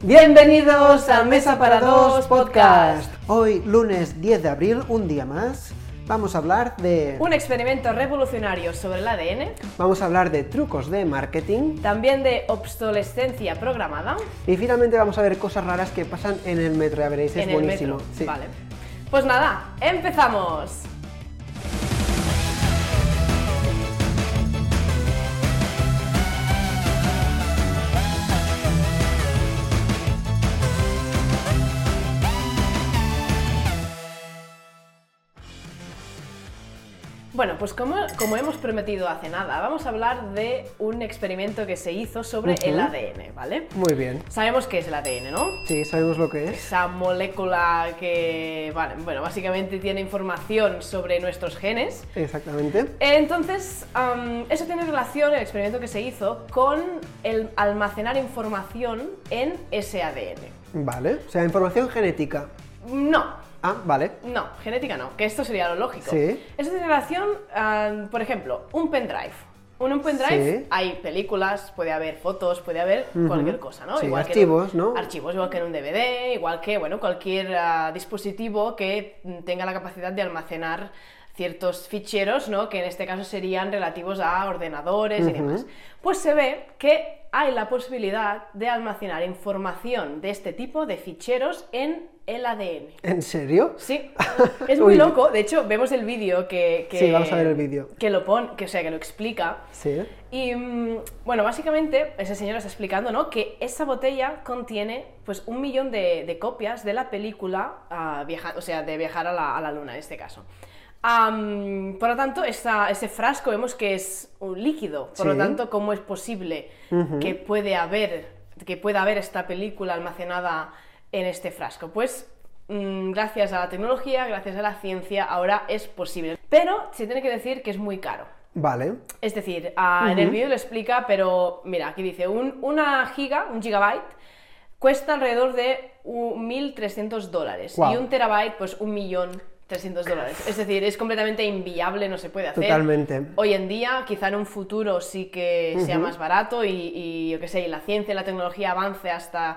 Bienvenidos al Mesa para Dos Podcast. Hoy, lunes 10 de abril, un día más, vamos a hablar de... un experimento revolucionario sobre el ADN. Vamos a hablar de trucos de marketing. También de obsolescencia programada. Y finalmente vamos a ver cosas raras que pasan en el metro, ya veréis, es buenísimo. Sí. Vale. Pues nada, ¡empezamos! Bueno, pues como hemos prometido hace nada, vamos a hablar de un experimento que se hizo sobre el ADN, ¿vale? Muy bien. Sabemos qué es el ADN, ¿no? Sí, sabemos lo que es. Esa molécula que, bueno, básicamente tiene información sobre nuestros genes. Exactamente. Entonces, eso tiene relación, el experimento que se hizo, con el almacenar información en ese ADN. Vale, o sea, información genética. No. Ah, vale. No, genética no, que esto sería lo lógico. Sí. Eso tiene relación, por ejemplo, un pendrive. En un pendrive Sí. hay películas, puede haber fotos, puede haber cualquier cosa, ¿no? Sí, igual archivos, que ¿no? Archivos, igual que en un DVD, igual que, bueno, cualquier dispositivo que tenga la capacidad de almacenar ciertos ficheros, ¿no? Que en este caso serían relativos a ordenadores y demás. Pues se ve que hay la posibilidad de almacenar información de este tipo de ficheros en el ADN. ¿En serio? Sí, es muy loco. De hecho, vemos el vídeo que Sí, vamos a ver el vídeo. Que lo pone, que lo explica. Sí. Y bueno, básicamente ese señor está explicando, ¿no? Que esa botella contiene pues 1 millón de copias de la película de viajar a la luna en este caso. Por lo tanto, ese frasco vemos que es un líquido. Por lo tanto, ¿cómo es posible que pueda haber esta película almacenada en este frasco? Pues gracias a la tecnología, gracias a la ciencia, ahora es posible. Pero se tiene que decir que es muy caro. Vale. Es decir, en el vídeo lo explica, pero mira, aquí dice, un gigabyte cuesta alrededor de $1.300 Wow. y un terabyte, pues $1.300.000. Es decir, es completamente inviable, no se puede hacer. Totalmente. Hoy en día, quizá en un futuro sí que sea más barato y yo qué sé, y la ciencia y la tecnología avance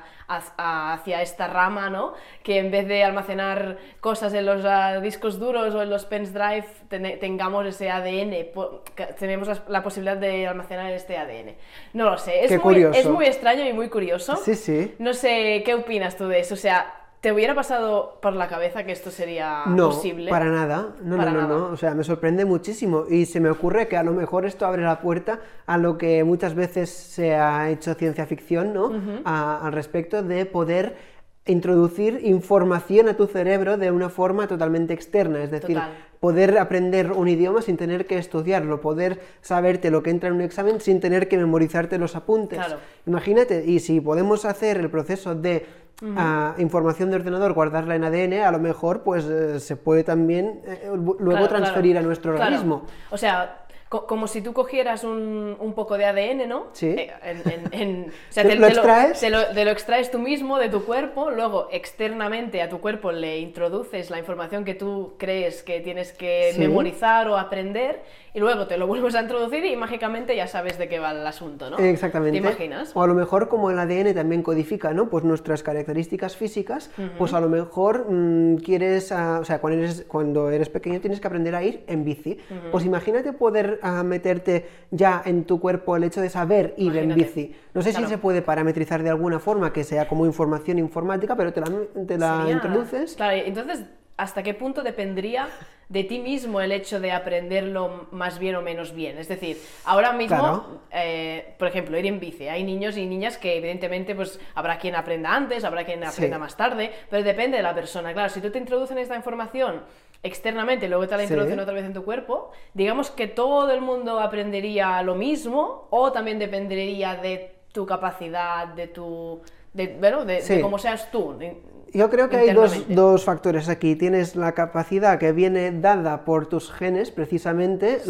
hacia esta rama, ¿no? Que en vez de almacenar cosas en los discos duros o en los pendrive, tengamos ese ADN, tenemos la posibilidad de almacenar este ADN. No lo sé, es muy extraño y muy curioso. Sí, sí. No sé, ¿qué opinas tú de eso? O sea, ¿te hubiera pasado por la cabeza que esto sería posible? No, para nada. No. O sea, me sorprende muchísimo. Y se me ocurre que a lo mejor esto abre la puerta a lo que muchas veces se ha hecho ciencia ficción, ¿no? Al respecto de poder introducir información a tu cerebro de una forma totalmente externa. Es decir, poder aprender un idioma sin tener que estudiarlo, poder saberte lo que entra en un examen sin tener que memorizarte los apuntes. Claro. Imagínate, y si podemos hacer el proceso de información de ordenador, guardarla en ADN, a lo mejor pues se puede también luego transferir a nuestro organismo. O sea, como si tú cogieras un poco de ADN, ¿no? Sí. O sea, ¿Lo extraes? te lo extraes tú mismo de tu cuerpo, luego externamente a tu cuerpo le introduces la información que tú crees que tienes que memorizar o aprender, y luego te lo vuelves a introducir y mágicamente ya sabes de qué va el asunto, ¿no? Exactamente. ¿Te imaginas? O a lo mejor como el ADN también codifica, ¿no? Pues nuestras características físicas, pues a lo mejor quieres, o sea, cuando eres pequeño tienes que aprender a ir en bici. Pues imagínate poder meterte ya en tu cuerpo el hecho de saber ir en bici. No sé si se puede parametrizar de alguna forma, que sea como información informática, pero te la introduces. Claro, entonces, ¿hasta qué punto dependería de ti mismo el hecho de aprenderlo más bien o menos bien? Es decir, ahora mismo, por ejemplo, ir en bici, hay niños y niñas que evidentemente pues habrá quien aprenda antes, habrá quien aprenda más tarde, pero depende de la persona. Claro, si tú te introducen esta información externamente y luego te la introducen otra vez en tu cuerpo, digamos que todo el mundo aprendería lo mismo, o también dependería de tu capacidad, de cómo seas tú. Yo creo que hay dos factores aquí. Tienes la capacidad que viene dada por tus genes, precisamente,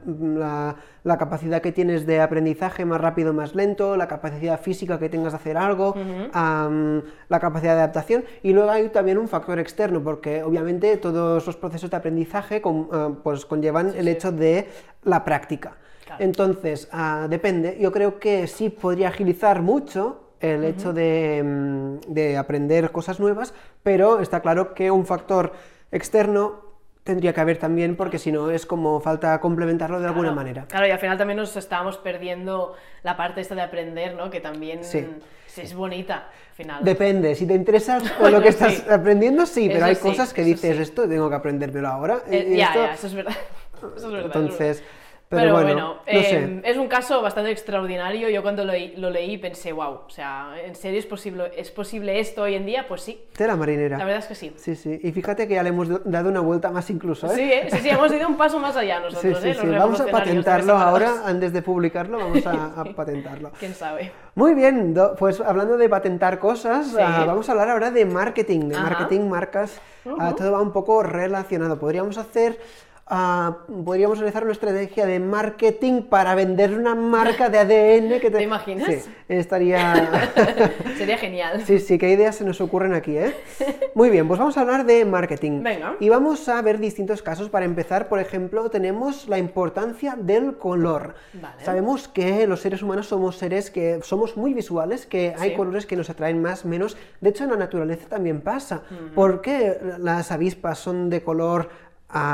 la capacidad que tienes de aprendizaje más rápido, más lento, la capacidad física que tengas de hacer algo, la capacidad de adaptación, y luego hay también un factor externo, porque obviamente todos los procesos de aprendizaje pues conllevan el hecho de la práctica. Claro. Entonces, depende. Yo creo que sí podría agilizar mucho el hecho de aprender cosas nuevas, pero está claro que un factor externo tendría que haber también, porque si no es como falta complementarlo de alguna manera. Claro, y al final también nos estábamos perdiendo la parte esta de aprender, ¿no? Que también es bonita, al final. Depende, si te interesa lo que estás aprendiendo, sí, pero hay cosas que dices, esto tengo que aprendérmelo ahora. Eso es verdad. Eso es verdad. Entonces... Pero bueno, no sé. Es un caso bastante extraordinario. Yo cuando lo leí pensé, wow, o sea, ¿en serio es posible esto hoy en día? Pues sí. Tela marinera. La verdad es que sí. Sí, sí. Y fíjate que ya le hemos dado una vuelta más incluso, ¿eh? Sí, hemos ido un paso más allá nosotros, sí. Vamos a patentarlo ahora, antes de publicarlo, vamos a patentarlo. ¿Quién sabe? Muy bien, pues hablando de patentar cosas, vamos a hablar ahora de marketing, marcas. Todo va un poco relacionado. Podríamos realizar una estrategia de marketing para vender una marca de ADN que ¿Te imaginas? Sí, estaría... Sería genial. Sí, qué ideas se nos ocurren aquí, ¿eh? Muy bien, pues vamos a hablar de marketing. Venga. Y vamos a ver distintos casos. Para empezar, por ejemplo, tenemos la importancia del color. Vale. Sabemos que los seres humanos somos seres que somos muy visuales, que hay colores que nos atraen más, menos. De hecho, en la naturaleza también pasa. ¿Por qué las avispas son de color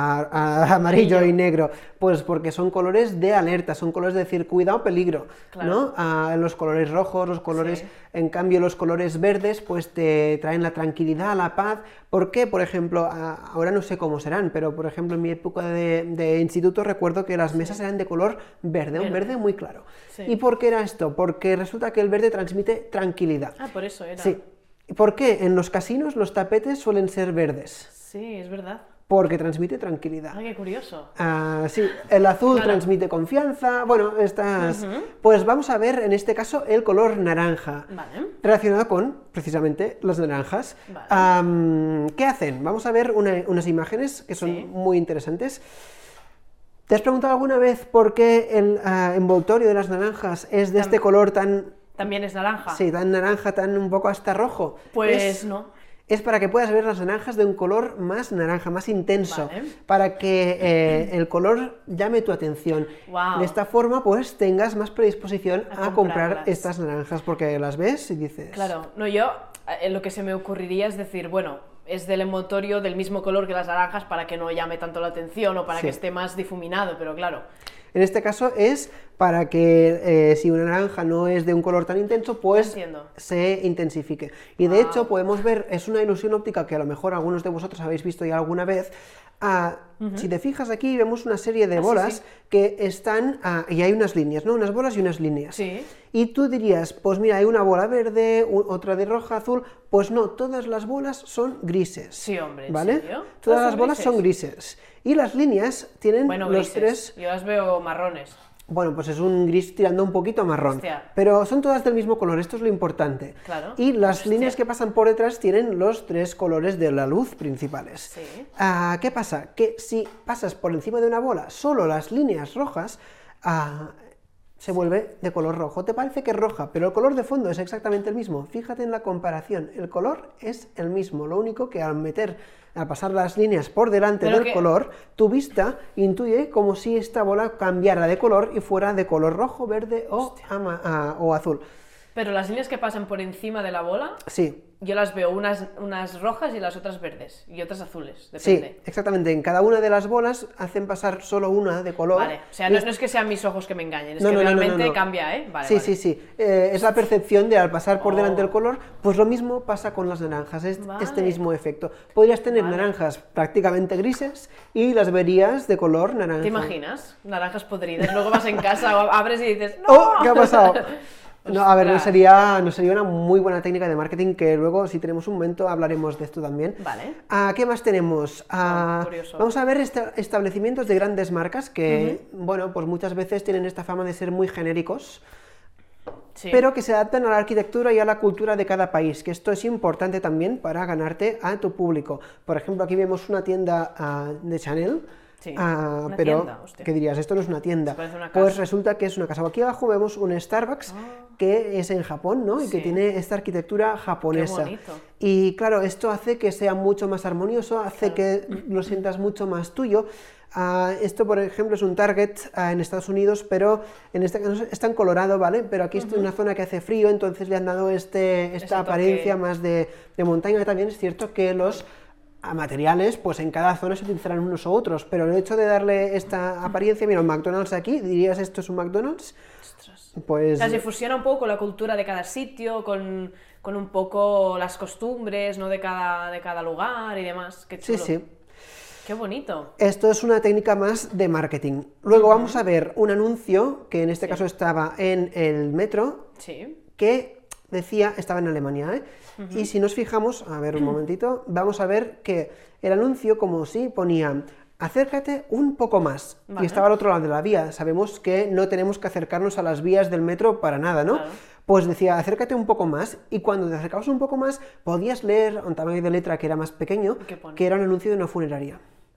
amarillo y negro? Pues porque son colores de alerta, son colores de decir cuidado, peligro, ¿no? Los colores rojos, los colores, en cambio los colores verdes pues te traen la tranquilidad, la paz. ¿Por qué? Por ejemplo, ahora no sé cómo serán, pero por ejemplo en mi época de instituto recuerdo que las mesas eran de color verde, un verde muy claro. ¿Y por qué era esto? Porque resulta que el verde transmite tranquilidad. Por eso era. Sí. ¿Por qué? En los casinos los tapetes suelen ser verdes. Sí, es verdad. Porque transmite tranquilidad. Qué curioso. Sí, el azul transmite confianza. Bueno, pues vamos a ver en este caso el color naranja. Vale. Relacionado con, precisamente, las naranjas. Vale. ¿Qué hacen? Vamos a ver unas imágenes que son muy interesantes. ¿Te has preguntado alguna vez por qué el envoltorio de las naranjas es de este color tan... ¿También es naranja? Sí, tan naranja, tan un poco hasta rojo. Pues no. Es para que puedas ver las naranjas de un color más naranja, más intenso, para que el color llame tu atención. De esta forma, pues, tengas más predisposición a comprar estas naranjas, porque las ves y dices... Claro, no, yo lo que se me ocurriría es decir, bueno, es del envoltorio del mismo color que las naranjas para que no llame tanto la atención o para que esté más difuminado, pero claro... En este caso es para que si una naranja no es de un color tan intenso, pues se intensifique. Y de hecho podemos ver, es una ilusión óptica que a lo mejor algunos de vosotros habéis visto ya alguna vez. Si te fijas aquí vemos una serie de bolas que están, y hay unas líneas, ¿no? Unas bolas y unas líneas. Sí. Y tú dirías, pues mira, hay una bola verde, otra de roja, azul. Pues no, todas las bolas son grises. Sí, hombre, ¿en ¿vale? serio? Todas las bolas son grises. Y las líneas tienen los tres... Yo las veo marrones. Bueno, pues es un gris tirando un poquito a marrón. Hostia. Pero son todas del mismo color, esto es lo importante. Claro. Y las líneas que pasan por detrás tienen los tres colores de la luz principales. Sí. ¿Qué pasa? Que si pasas por encima de una bola solo las líneas rojas, se vuelve de color rojo. Te parece que es roja, pero el color de fondo es exactamente el mismo. Fíjate en la comparación, el color es el mismo, lo único que al pasar las líneas por delante del color, tu vista intuye como si esta bola cambiara de color y fuera de color rojo, verde o azul. Pero las líneas que pasan por encima de la bola... Sí. Yo las veo unas rojas y las otras verdes, y otras azules, depende. Sí, exactamente. En cada una de las bolas hacen pasar solo una de color. Vale, o sea, no es que sean mis ojos que me engañen, es que realmente cambia, ¿eh? Vale, sí. Es la percepción de al pasar por delante del color, pues lo mismo pasa con las naranjas, este mismo efecto. Podrías tener naranjas prácticamente grises y las verías de color naranja. ¿Te imaginas? Naranjas podridas, luego vas en casa, abres y dices ¡no! ¡Oh! ¿Qué ha pasado? No, a ver, no sería una muy buena técnica de marketing, que luego, si tenemos un momento, hablaremos de esto también. Vale. ¿Qué más tenemos? Curioso. Vamos a ver establecimientos de grandes marcas que, bueno, pues muchas veces tienen esta fama de ser muy genéricos, pero que se adaptan a la arquitectura y a la cultura de cada país, que esto es importante también para ganarte a tu público. Por ejemplo, aquí vemos una tienda de Chanel. Sí, pero, tienda, ¿qué dirías? Esto no es una tienda. Una casa. Pues resulta que es una casa. Aquí abajo vemos un Starbucks que es en Japón, ¿no? Y que tiene esta arquitectura japonesa. Qué bonito. Y claro, esto hace que sea mucho más armonioso, hace que lo sientas mucho más tuyo. Esto, por ejemplo, es un Target en Estados Unidos, pero en este caso está en Colorado, ¿vale? Pero aquí es una zona que hace frío, entonces le han dado esta apariencia más de montaña. También es cierto que los materiales, pues en cada zona se utilizarán unos u otros, pero el hecho de darle esta apariencia, mira, un McDonald's aquí, ¿dirías esto es un McDonald's? Ostras. Pues... O sea, se fusiona un poco la cultura de cada sitio con un poco las costumbres, ¿no? de cada lugar y demás. Qué chulo. Sí. Qué bonito. Esto es una técnica más de marketing. Luego vamos a ver un anuncio, que en este caso estaba en el metro, que decía, estaba en Alemania, ¿eh? Y si nos fijamos, a ver un momentito, vamos a ver que el anuncio, como si ponía, acércate un poco más, y estaba al otro lado de la vía. Sabemos que no tenemos que acercarnos a las vías del metro para nada, ¿no? Claro. Pues decía, acércate un poco más, y cuando te acercabas un poco más, podías leer un tamaño de letra que era más pequeño, que era un anuncio de una funeraria.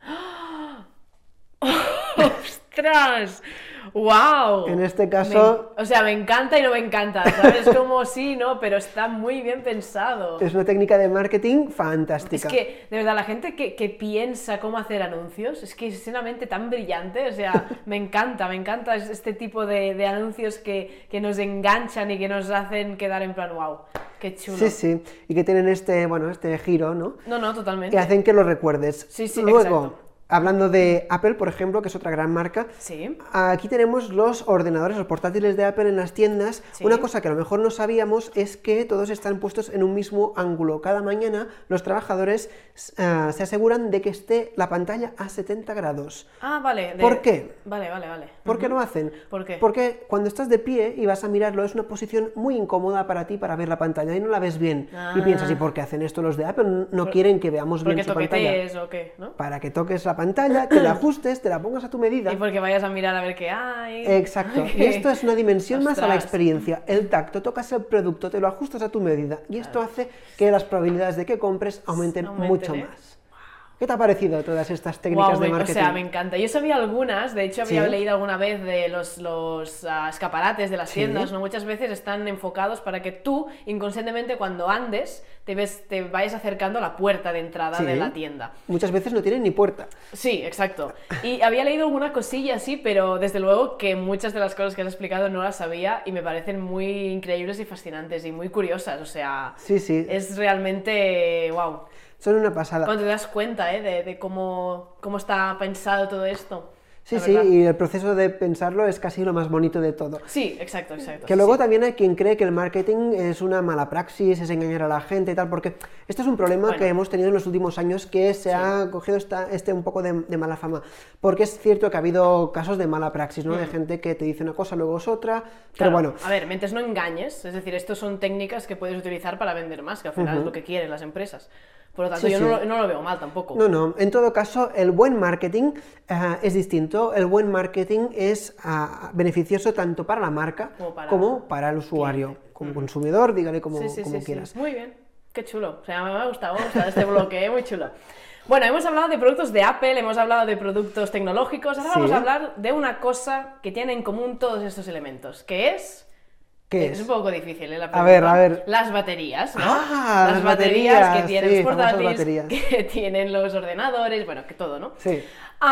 ¡Ostras! ¡Wow! En este caso... O sea, me encanta y no me encanta, ¿sabes? Como sí, ¿no? Pero está muy bien pensado. Es una técnica de marketing fantástica. Es que, de verdad, la gente que piensa cómo hacer anuncios, es que es una mente tan brillante, o sea, me encanta este tipo de anuncios que nos enganchan y que nos hacen quedar en plan, wow, qué chulo. Sí, y que tienen este giro, ¿no? No, totalmente. Que hacen que lo recuerdes. Sí, Luego, exacto. hablando de Apple, por ejemplo, que es otra gran marca, aquí tenemos los ordenadores, los portátiles de Apple en las tiendas. Una cosa que a lo mejor no sabíamos es que todos están puestos en un mismo ángulo. Cada mañana los trabajadores se aseguran de que esté la pantalla a 70 grados. Ah, vale. ¿Por qué? Vale. ¿Por qué lo hacen? ¿Por qué? Porque cuando estás de pie y vas a mirarlo, es una posición muy incómoda para ti para ver la pantalla y no la ves bien. Y piensas, ¿y por qué hacen esto los de Apple? No quieren que veamos bien su pantalla. ¿O qué? ¿No? Para que toques la pantalla, te la ajustes, te la pongas a tu medida. Y porque vayas a mirar a ver qué hay. Exacto. Y esto es una dimensión más a la experiencia. El tacto, tocas el producto, te lo ajustas a tu medida. Y esto hace que las probabilidades de que compres aumenten mucho más. ¿Qué te ha parecido todas estas técnicas de marketing? O sea, me encanta. Yo sabía algunas, de hecho había leído alguna vez de los escaparates de las tiendas, ¿no? Muchas veces están enfocados para que tú, inconscientemente, cuando andes, te vayas acercando a la puerta de entrada de la tienda. Muchas veces no tienen ni puerta. Sí, exacto. Y había leído alguna cosilla así, pero desde luego que muchas de las cosas que has explicado no las sabía y me parecen muy increíbles y fascinantes y muy curiosas, o sea... Sí. Es realmente... wow. Son una pasada. Cuando te das cuenta de cómo está pensado todo esto. Sí, y el proceso de pensarlo es casi lo más bonito de todo. Sí, exacto. Que luego también hay quien cree que el marketing es una mala praxis, es engañar a la gente y tal, porque este es un problema que hemos tenido en los últimos años, que se ha cogido un poco de mala fama. Porque es cierto que ha habido casos de mala praxis, ¿no? De gente que te dice una cosa, luego es otra, pero bueno. A ver, mientras no engañes, es decir, estos son técnicas que puedes utilizar para vender más, que al final es lo que quieren las empresas. Por lo tanto, yo no lo veo mal tampoco. No. En todo caso, el buen marketing es distinto. El buen marketing es beneficioso tanto para la marca como para el usuario. Como consumidor, dígale como quieras. Sí. Muy bien. Qué chulo. O sea, me ha gustado este bloque, muy chulo. Bueno, hemos hablado de productos de Apple, hemos hablado de productos tecnológicos, ahora vamos a hablar de una cosa que tiene en común todos estos elementos, que es... Es un poco difícil, la pregunta. A ver. Las baterías, ¿no? Las baterías que tienen los portátiles, baterías. que tienen los ordenadores, bueno, que todo, ¿no? Sí.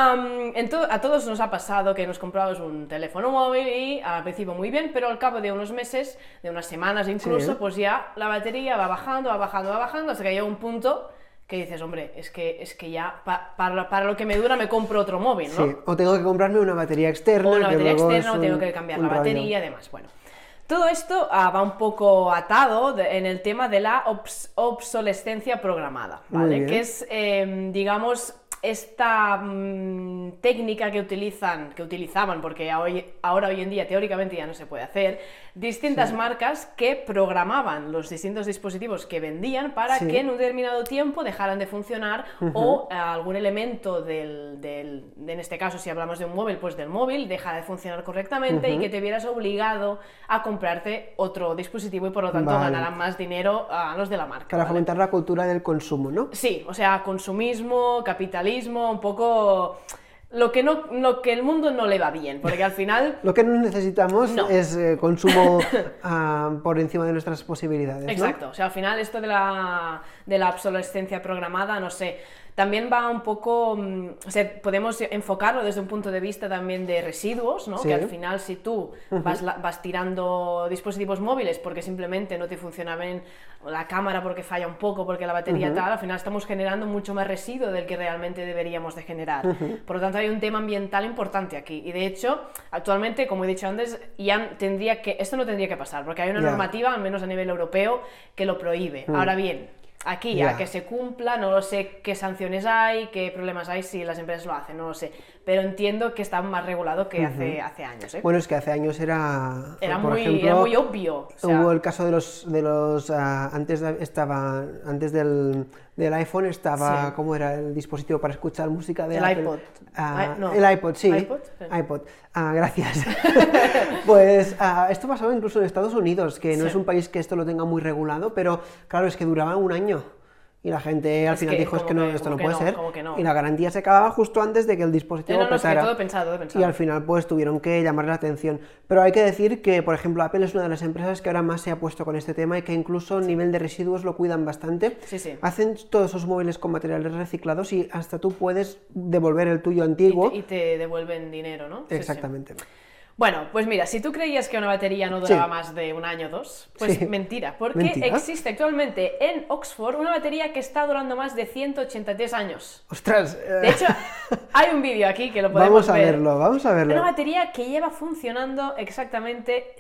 A todos nos ha pasado que nos compramos un teléfono móvil y al principio muy bien, pero al cabo de unos meses, de unas semanas incluso, pues ya la batería va bajando, hasta que llega un punto que dices, hombre, es que ya para lo que me dura me compro otro móvil, ¿no? Sí, o tengo que comprarme una batería externa. O tengo que cambiar la batería y demás, bueno. Todo esto va un poco atado en el tema de la obsolescencia programada, ¿vale? Que es, digamos, esta técnica que utilizaban, porque ahora hoy en día teóricamente ya no se puede hacer, distintas marcas que programaban los distintos dispositivos que vendían para que en un determinado tiempo dejaran de funcionar o algún elemento en este caso, si hablamos de un móvil, pues del móvil deja de funcionar correctamente y que te vieras obligado a comprarte otro dispositivo y por lo tanto ganaran más dinero a los de la marca. Para fomentar la cultura del consumo, ¿no? Sí, o sea, consumismo, capitalismo, un poco... Lo que el mundo no le va bien, porque al final... Lo que no necesitamos es consumo por encima de nuestras posibilidades, ¿no? Exacto, o sea, al final esto de la obsolescencia programada, no sé, también va un poco, o sea, podemos enfocarlo desde un punto de vista también de residuos, ¿no? Sí. Que al final si tú vas tirando dispositivos móviles porque simplemente no te funciona bien la cámara, porque falla un poco, porque la batería tal, al final estamos generando mucho más residuo del que realmente deberíamos de generar. Por lo tanto, hay un tema ambiental importante aquí. Y de hecho, actualmente, como he dicho antes, ya esto no tendría que pasar, porque hay una normativa, al menos a nivel europeo, que lo prohíbe. Ahora bien, aquí, a que se cumpla, no lo sé qué sanciones hay, qué problemas hay si las empresas lo hacen, no lo sé. Pero entiendo que está más regulado que hace años. Bueno, es que hace años era muy obvio. O sea, hubo el caso de los antes del iPhone estaba, ¿cómo era el dispositivo para escuchar música de Apple? iPod. No. El iPod, sí. iPod. Gracias. Pues esto pasaba incluso en Estados Unidos, que no es un país que esto lo tenga muy regulado, pero claro, es que duraba un año. Y la gente al final dijo, esto no puede ser. Y la garantía se acababa justo antes de que el dispositivo petara. Es que todo pensado. Y al final pues tuvieron que llamar la atención. Pero hay que decir que, por ejemplo, Apple es una de las empresas que ahora más se ha puesto con este tema y que incluso a nivel de residuos lo cuidan bastante. Sí. Hacen todos esos móviles con materiales reciclados y hasta tú puedes devolver el tuyo antiguo. Y te devuelven dinero, ¿no? Exactamente. Sí. Bueno, pues mira, si tú creías que una batería no duraba más de un año o dos, pues mentira, porque existe actualmente en Oxford una batería que está durando más de 183 años. ¡Ostras! De hecho, hay un vídeo aquí que lo podemos ver. Vamos a verlo. Una batería que lleva funcionando exactamente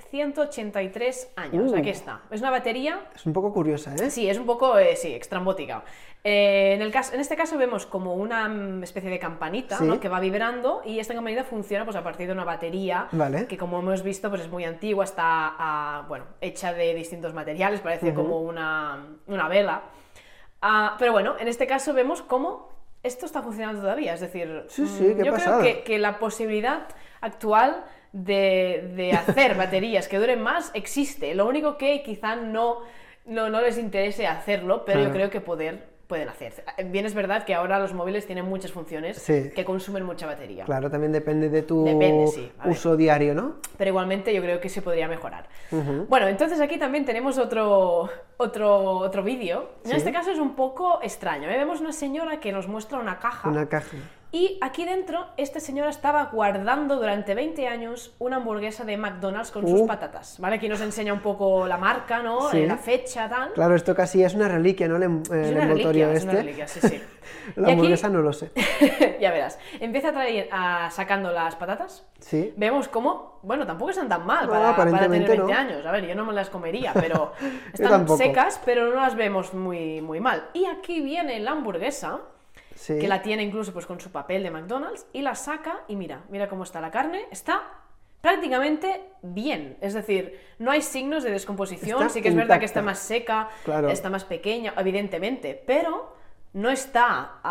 183 años. Aquí está. Es una batería... Es un poco curiosa, ¿eh? Sí, es un poco, extrambótica. En este caso vemos como una especie de campanita, ¿no? Que va vibrando, y esta campanita funciona pues a partir de una batería que, como hemos visto, pues es muy antigua, está hecha de distintos materiales, parece como una vela. Pero bueno, en este caso vemos cómo esto está funcionando todavía, es decir, yo creo que la posibilidad actual de hacer baterías que duren más existe. Lo único que quizá no les interese hacerlo, pero yo creo que pueden hacer. Bien, es verdad que ahora los móviles tienen muchas funciones que consumen mucha batería. Claro, también depende de tu uso diario, ¿no? Pero igualmente yo creo que se podría mejorar. Bueno, entonces aquí también tenemos otro vídeo. En este caso es un poco extraño. Vemos una señora que nos muestra una caja. Y aquí dentro, esta señora estaba guardando durante 20 años una hamburguesa de McDonald's con sus patatas, ¿vale? Aquí nos enseña un poco la marca, ¿no? La fecha, tal. Claro, esto casi es una reliquia, ¿no? El envoltorio es una reliquia, sí. La hamburguesa no lo sé. Ya verás. Empieza sacando las patatas. Sí. Vemos cómo, bueno, tampoco están tan mal para tener 20 años. A ver, yo no me las comería, pero están secas, pero no las vemos muy, muy mal. Y aquí viene la hamburguesa, que la tiene incluso pues con su papel de McDonald's, y la saca y mira cómo está la carne, está prácticamente bien, es decir, no hay signos de descomposición, sí que es verdad que está más seca, está más pequeña, evidentemente, pero no está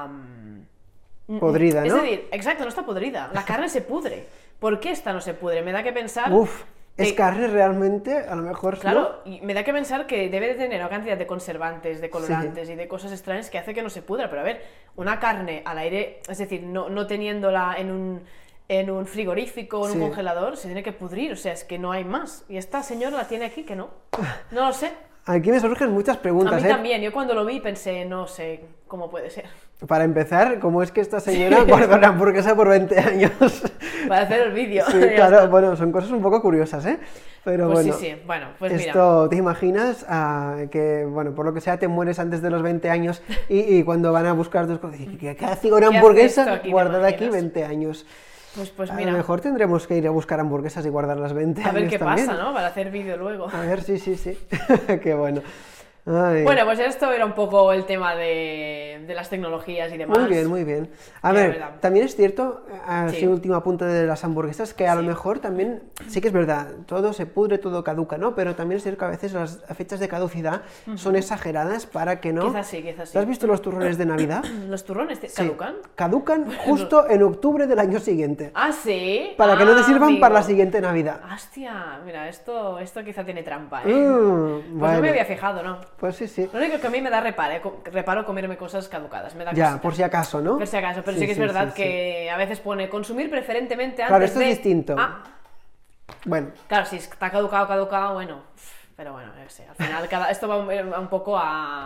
podrida, ¿no? Es decir, exacto, no está podrida, la carne se pudre. ¿Por qué esta no se pudre? Me da que pensar... ¿Es carne realmente? A lo mejor claro, y me da que pensar que debe de tener una cantidad de conservantes, de colorantes y de cosas extrañas que hace que no se pudra. Pero a ver, una carne al aire, es decir, no teniéndola en un frigorífico o en un congelador, se tiene que pudrir, o sea, es que no hay más. Y esta señora la tiene aquí que no lo sé. Aquí me surgen muchas preguntas. A mí también, yo cuando lo vi pensé, no sé cómo puede ser. Para empezar, ¿cómo es que esta señora guarda una hamburguesa por 20 años? Para hacer el vídeo. Sí, claro, bueno, son cosas un poco curiosas, ¿eh? Pero pues bueno, sí, bueno, pues esto, mira. ¿te imaginas que, bueno, por lo que sea, te mueres antes de los 20 años y cuando van a buscar tus cosas, ¿qué hace una hamburguesa guardada aquí 20 años? Pues mira. A lo mejor tendremos que ir a buscar hamburguesas y guardarlas 20 años. A ver qué también pasa, ¿no? Para hacer vídeo luego. A ver, sí. Qué bueno. Ay. Bueno, pues esto era un poco el tema de las tecnologías y demás. Muy bien. A ver, también es cierto, así último apunte de las hamburguesas, que a lo mejor también, sí que es verdad, todo se pudre, todo caduca, ¿no? Pero también es cierto que a veces las fechas de caducidad son exageradas para que no... Quizás sí. ¿Tú has visto los turrones de Navidad? ¿Los turrones caducan? Caducan justo en octubre del año siguiente. ¿Ah, sí? Para que no te sirvan para la siguiente Navidad. Hostia, mira, esto quizá tiene trampa, ¿eh? Pues no me había fijado, ¿no? Pues sí. Lo único que a mí me da reparo comerme cosas caducadas. Me da ya, por si acaso, ¿no? Por si acaso, pero sí que es verdad que a veces pone consumir preferentemente antes claro, esto es distinto. Bueno. Claro, si está caducado, bueno. Pero bueno, no sé. Al final esto va un poco a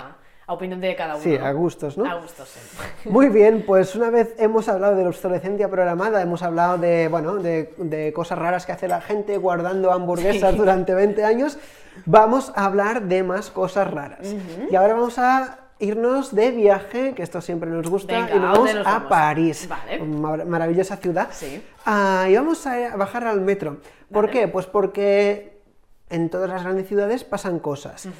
a opinión de cada uno. Sí, ¿no? a gustos, ¿no? A gustos, sí. Muy bien, pues una vez hemos hablado de la obsolescencia programada, hemos hablado de, bueno, de cosas raras que hace la gente guardando hamburguesas durante 20 años, vamos a hablar de más cosas raras. Y ahora vamos a irnos de viaje, que esto siempre nos gusta, Venga, y nos vamos nos a vamos? París, Vale. maravillosa ciudad, Sí. Y vamos a bajar al metro. ¿Por qué? Pues porque en todas las grandes ciudades pasan cosas,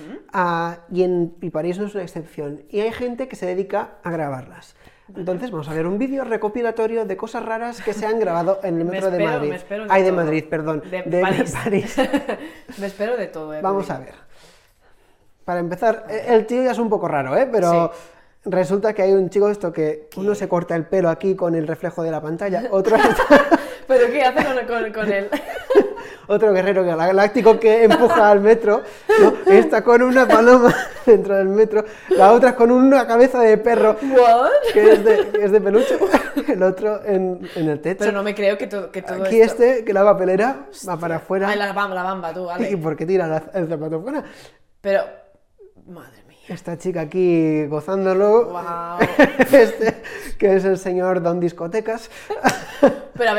y París no es una excepción, y hay gente que se dedica a grabarlas. Entonces vamos a ver un vídeo recopilatorio de cosas raras que se han grabado en el metro de Madrid. De Madrid, perdón, de París. Me espero de todo. Vamos a ver. Para empezar, el tío ya es un poco raro, pero resulta que hay un chico que uno se corta el pelo aquí con el reflejo de la pantalla, otro ¿Pero qué hace con él? Otro guerrero galáctico que empuja al metro, ¿no? Está con una paloma dentro del metro, la otra con una cabeza de perro que es de peluche, el otro en el techo. Pero no me creo que todo aquí esto... que la papelera va para afuera. Ay, la bamba, tú, vale. ¿Y por qué tira el zapato fuera? Pero, madre mía. Esta chica aquí gozándolo, Wow. Que es el señor Don Discotecas. Pero a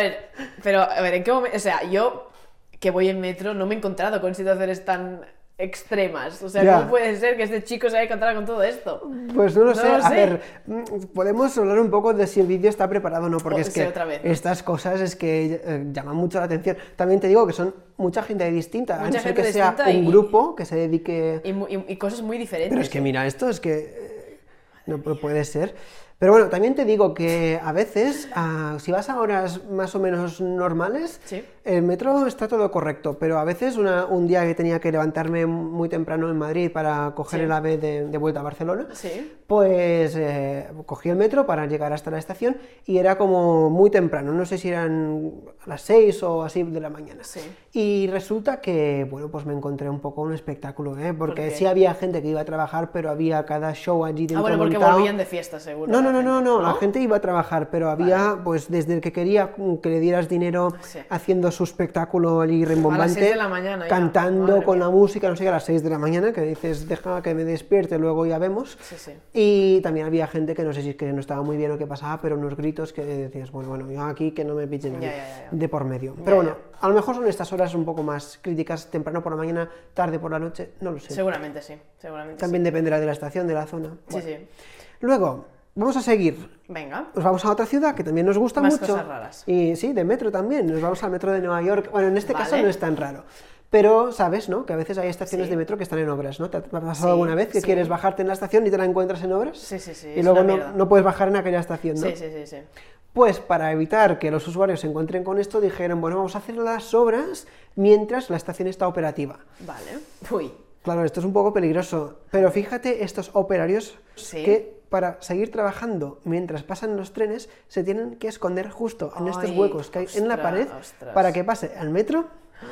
ver, ¿en qué momento? O sea, yo que voy en metro no me he encontrado con situaciones tan extremas. O sea, Ya. ¿cómo puede ser que este chico se haya encontrado con todo esto? Pues no lo sé. lo A sé. ver, podemos hablar un poco de si el vídeo está preparado o no, porque es Sí, que otra vez. estas cosas es que llaman mucho la atención. También te digo que son mucha gente distinta, a no Mucha ser gente que sea distinta un grupo que se dedique... Y cosas muy diferentes. Pero es que mira, esto es que no puede ser. Pero bueno, también te digo que a veces, si vas a horas más o menos normales, Sí. el metro está todo correcto, pero a veces un día que tenía que levantarme muy temprano en Madrid para coger Sí. el AVE de vuelta a Barcelona, Sí. pues cogí el metro para llegar hasta la estación y era como muy temprano, no sé si eran a las 6 o así de la mañana. Sí. Y resulta que, bueno, pues me encontré un poco un espectáculo, porque qué? sí había gente que iba a trabajar, pero había cada show allí dentro Bueno, porque montado. volvían de fiesta, seguro. No, la gente iba a trabajar, pero había, pues desde el que quería que le dieras dinero Sí. haciendo su espectáculo allí rimbombante, A las 6 de la mañana ya, cantando madre con mía. la música, no sé qué, a las 6 de la mañana, que dices, deja que me despierte, luego ya vemos. Sí. Y también había gente que no sé si es que no estaba muy bien o qué pasaba, pero unos gritos que decías, bueno, yo aquí que no me pillen Ya. de por medio. Pero bueno, a lo mejor son estas horas un poco más críticas, temprano por la mañana, tarde por la noche, no lo sé. Seguramente sí. También dependerá de la estación, de la zona. Sí. Bueno. Sí. Luego, vamos a seguir. Venga. Nos vamos a otra ciudad que también nos gusta Más mucho. cosas raras. Y sí, de metro también. Nos vamos al metro de Nueva York. Bueno, en este caso Vale. no es tan raro. Pero sabes, ¿no? Que a veces hay estaciones Sí. de metro que están en obras, ¿no? ¿Te ha pasado Sí, alguna vez que sí. quieres bajarte en la estación y te la encuentras en obras? Sí. Y es luego una mierda. no puedes bajar en aquella estación, ¿no? Sí. Pues para evitar que los usuarios se encuentren con esto, dijeron, bueno, vamos a hacer las obras mientras la estación está operativa. Vale. Uy. Claro, esto es un poco peligroso, pero fíjate estos operarios Sí. que para seguir trabajando mientras pasan los trenes se tienen que esconder justo en estos Ay, huecos que hay en la pared ostras. para que pase al metro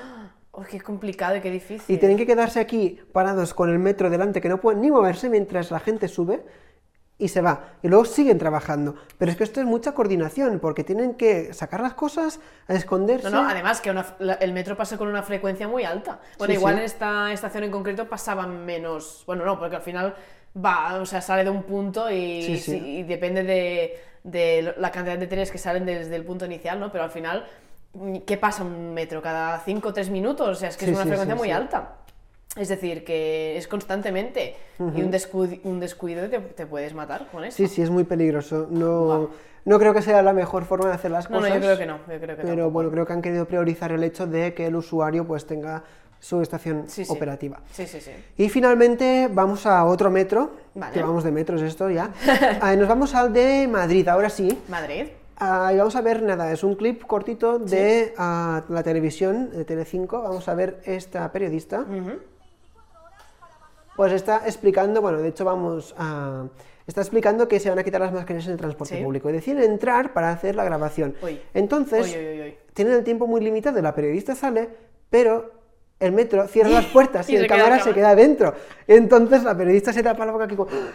Oh, qué complicado y qué difícil. y tienen que quedarse aquí parados con el metro delante que no pueden ni moverse mientras la gente sube y se va. Y luego siguen trabajando. Pero es que esto es mucha coordinación porque tienen que sacar las cosas, a esconderse. No, además que el metro pasa con una frecuencia muy alta. Bueno, Sí, igual sí. en esta estación en concreto pasaban menos. Bueno, no, porque al final va, o sea, sale de un punto y, Sí. y depende de la cantidad de trenes que salen desde el punto inicial, ¿no? Pero al final, ¿qué pasa un metro? ¿Cada 5 o 3 minutos? O sea, es que Sí, es una sí, frecuencia sí, muy sí. alta. Es decir, que es constantemente. Y un descuido y te puedes matar con eso. Sí, es muy peligroso. No, Guau. no creo que sea la mejor forma de hacer las No, cosas. yo creo que no. Yo creo que Pero tampoco. bueno, creo que han querido priorizar el hecho de que el usuario pues tenga su estación Sí. operativa. Sí. Y finalmente vamos a otro metro, Vale. que vamos de metros esto ya. Nos vamos al de Madrid, ahora sí. Madrid. Y vamos a ver, nada, es un clip cortito de la televisión, de Telecinco. Vamos a ver esta periodista. Pues está explicando, bueno, de hecho está explicando que se van a quitar las mascarillas en el transporte Sí. público y deciden entrar para hacer la grabación. Uy. Entonces, Uy. tienen el tiempo muy limitado, la periodista sale, pero el metro cierra las puertas y, Y el se queda cámara el se cámara. queda dentro. Entonces la periodista se tapa la boca aquí como...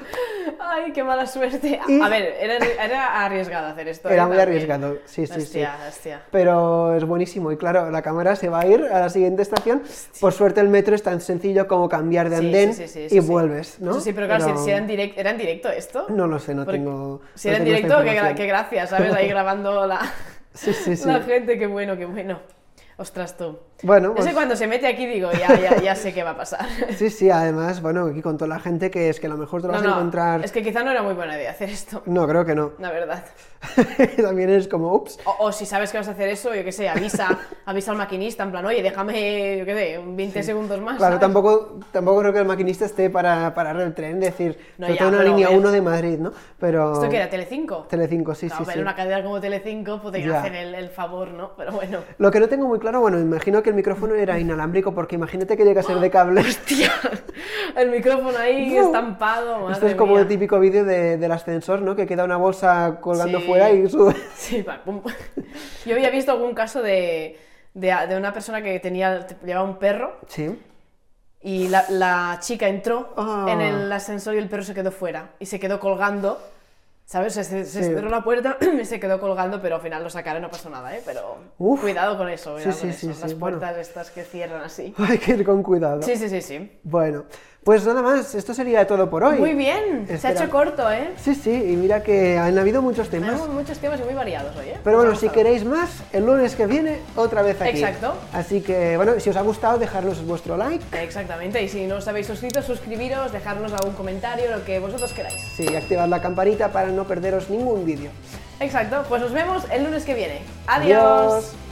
Ay, qué mala suerte. Y- A ver, era arriesgado hacer esto. Era muy También. arriesgado, sí. Hostia. Pero es buenísimo y claro, la cámara se va a ir a la siguiente estación. Por suerte el metro es tan sencillo como cambiar de Sí, andén sí, y vuelves, ¿no? Eso sí, pero claro, si ¿era en directo esto? No lo sé, no Porque tengo... Si no era en tengo esta directo, información. qué gracia, ¿sabes? Ahí grabando Sí. la gente, qué bueno. Ostras, tú. Bueno, Ese pues, cuando se mete aquí digo, ya sé qué va a pasar. sí, además, bueno, aquí con toda la gente que es que a lo mejor te lo vas a encontrar... Es que quizá no era muy buena idea hacer esto, No, creo que no. la verdad. También es como, ups. O si sabes que vas a hacer eso, yo qué sé, avisa al maquinista, en plan, oye, déjame, yo qué sé, 20 segundos más. Claro, ¿sabes? tampoco creo que el maquinista esté para parar el tren, decir, No, sobre ya, todo en la pero, línea a ver. 1 de Madrid, ¿no? Pero... ¿Esto qué era? ¿Telecinco? Telecinco, sí, Claro, sí. pero una cadena como Telecinco podrían Ya. hacer el favor, ¿no? Pero bueno. Lo que no tengo muy claro, bueno, imagino que el micrófono era inalámbrico, porque imagínate que llega a ser de cable. Hostia, el micrófono ahí estampado, madre Esto es como mía. el típico vídeo del ascensor, ¿no? Que queda una bolsa colgando Sí. fuera y sube. Sí, va, pum. Yo había visto algún caso de una persona que llevaba un perro Sí. y la chica entró Ah. en el ascensor y el perro se quedó fuera y se quedó colgando, ¿sabes? Se Sí. cerró la puerta y se quedó colgando, pero al final lo sacaron y no pasó nada, ¿eh? Pero Uf. cuidado con eso, Sí, cuidado sí, con sí, eso. sí, Las bueno. puertas estas que cierran así. Hay que ir con cuidado. Sí. Bueno, pues nada más, esto sería todo por hoy. Muy bien, se ha Espera. hecho corto, ¿eh? Sí, y mira que han habido muchos temas. Tenemos muchos temas y muy variados hoy, ¿eh? Pero Nos bueno, ha si gustado. queréis más, el lunes que viene, otra vez aquí. Exacto. Así que, bueno, si os ha gustado, dejadnos vuestro like. Exactamente, y si no os habéis suscrito, suscribiros, dejarnos algún comentario, lo que vosotros queráis. Sí, y activad la campanita para no perderos ningún vídeo. Exacto, pues nos vemos el lunes que viene. Adiós. ¡Adiós!